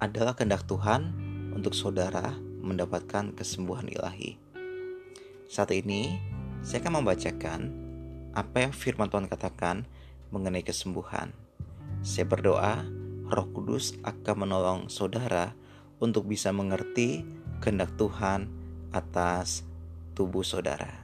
adalah kehendak Tuhan untuk saudara mendapatkan kesembuhan ilahi. Saat ini, saya akan membacakan apa yang firman Tuhan katakan mengenai kesembuhan. Saya berdoa, Roh Kudus akan menolong saudara untuk bisa mengerti kehendak Tuhan atas tubuh saudara.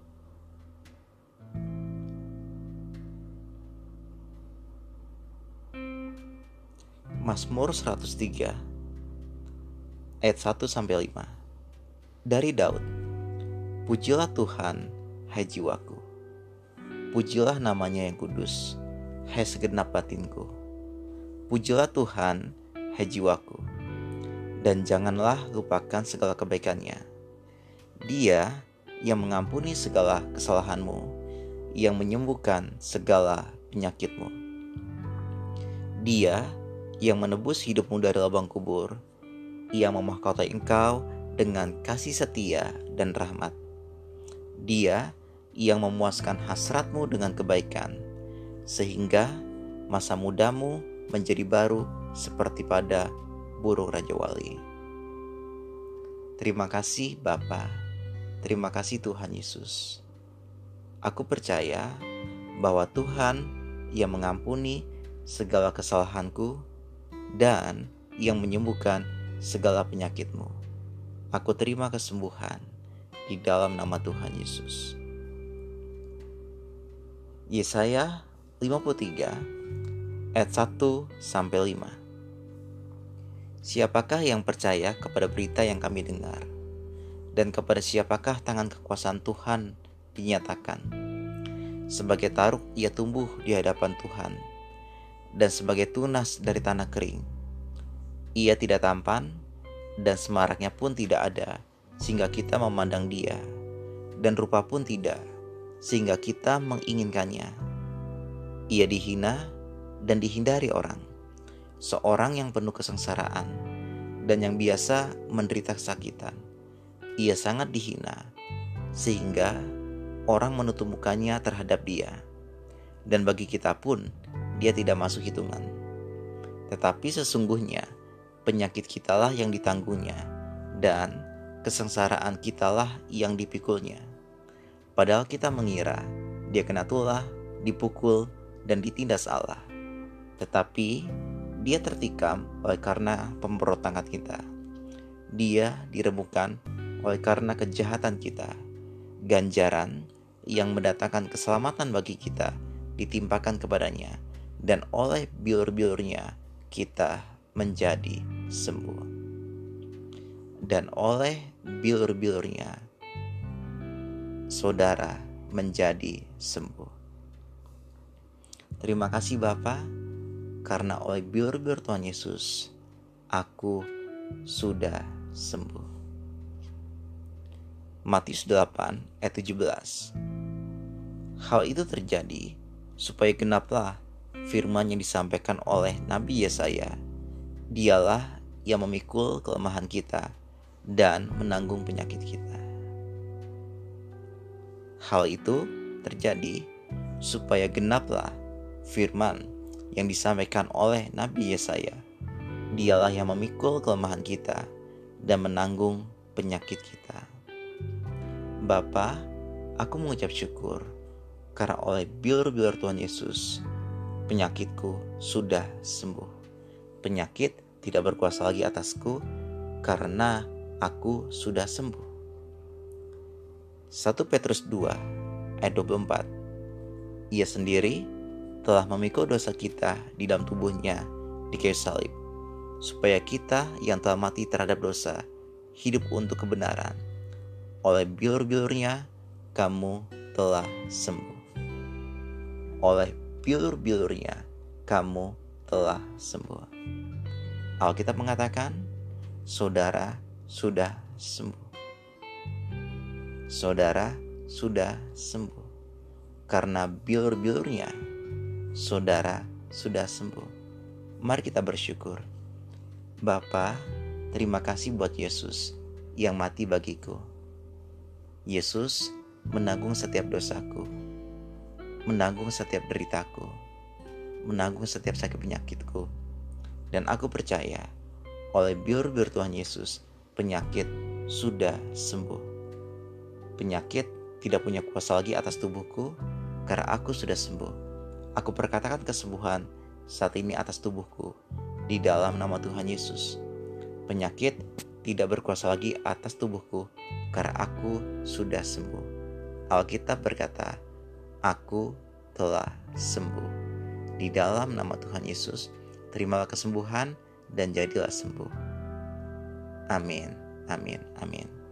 Mazmur 103 ayat 1-5. Dari Daud. Pujilah Tuhan, hai jiwaku. Pujilah namanya yang kudus, hai segenap batinku. Pujilah Tuhan, hai jiwaku. Dan janganlah lupakan segala kebaikannya. Dia yang mengampuni segala kesalahanmu, yang menyembuhkan segala penyakitmu. Dia yang menebus hidupmu dari lubang kubur, yang memahkotai engkau dengan kasih setia dan rahmat. Dia yang memuaskan hasratmu dengan kebaikan, sehingga masa mudamu menjadi baru seperti pada burung Raja Wali. Terima kasih Bapa, terima kasih Tuhan Yesus. Aku percaya bahwa Tuhan yang mengampuni segala kesalahanku dan yang menyembuhkan segala penyakitmu. Aku terima kesembuhan di dalam nama Tuhan Yesus. Yesaya 53 ayat 1-5. Siapakah yang percaya kepada berita yang kami dengar? Dan kepada siapakah tangan kekuasaan Tuhan dinyatakan? Sebagai taruk ia tumbuh di hadapan Tuhan, dan sebagai tunas dari tanah kering. Ia tidak tampan, dan semaraknya pun tidak ada, sehingga kita memandang dia, dan rupa pun tidak, sehingga kita menginginkannya. Ia dihina dan dihindari orang, seorang yang penuh kesengsaraan, dan yang biasa menderita kesakitan. Ia sangat dihina, sehingga orang menutup mukanya terhadap dia, dan bagi kita pun dia tidak masuk hitungan. Tetapi sesungguhnya penyakit kitalah yang ditanggungnya, dan kesengsaraan kitalah yang dipikulnya. Padahal kita mengira dia kena tulah, dipukul, dan ditindas Allah. Tetapi dia tertikam oleh karena pemberontakan kita. Dia diremukkan oleh karena kejahatan kita. Ganjaran yang mendatangkan keselamatan bagi kita ditimpakan kepadanya, dan oleh bilur-bilurnya kita menjadi sembuh. Dan oleh bilur-bilurnya saudara menjadi sembuh. Terima kasih Bapa, karena oleh bilur-bilur Tuhan Yesus aku sudah sembuh. Matius 8 ayat 17. Hal itu terjadi supaya genaplah firman yang disampaikan oleh Nabi Yesaya. Dialah yang memikul kelemahan kita dan menanggung penyakit kita. Hal itu terjadi supaya genaplah firman yang disampaikan oleh Nabi Yesaya. Dialah yang memikul kelemahan kita dan menanggung penyakit kita. Bapa, aku mengucap syukur karena oleh bilur-bilur Tuhan Yesus penyakitku sudah sembuh. Penyakit tidak berkuasa lagi atasku karena aku sudah sembuh. 1 Petrus 2 ayat 24. Ia sendiri telah memikul dosa kita di dalam tubuhnya di kayu salib, supaya kita yang telah mati terhadap dosa hidup untuk kebenaran. Oleh bilur-bilurnya kamu telah sembuh. Oleh bilur-bilurnya kamu telah sembuh. Alkitab mengatakan, saudara sudah sembuh. Saudara sudah sembuh. Karena bilur-bilurnya saudara sudah sembuh. Mari kita bersyukur. Bapa, terima kasih buat Yesus yang mati bagiku. Yesus menanggung setiap dosaku, menanggung setiap deritaku, menanggung setiap sakit penyakitku. Dan aku percaya oleh bir-bir Tuhan Yesus, penyakit sudah sembuh. Penyakit tidak punya kuasa lagi atas tubuhku, karena aku sudah sembuh. Aku perkatakan kesembuhan saat ini atas tubuhku, di dalam nama Tuhan Yesus. Penyakit tidak berkuasa lagi atas tubuhku, karena aku sudah sembuh. Alkitab berkata, aku telah sembuh. Di dalam nama Tuhan Yesus, terimalah kesembuhan dan jadilah sembuh. Amin, amin, amin.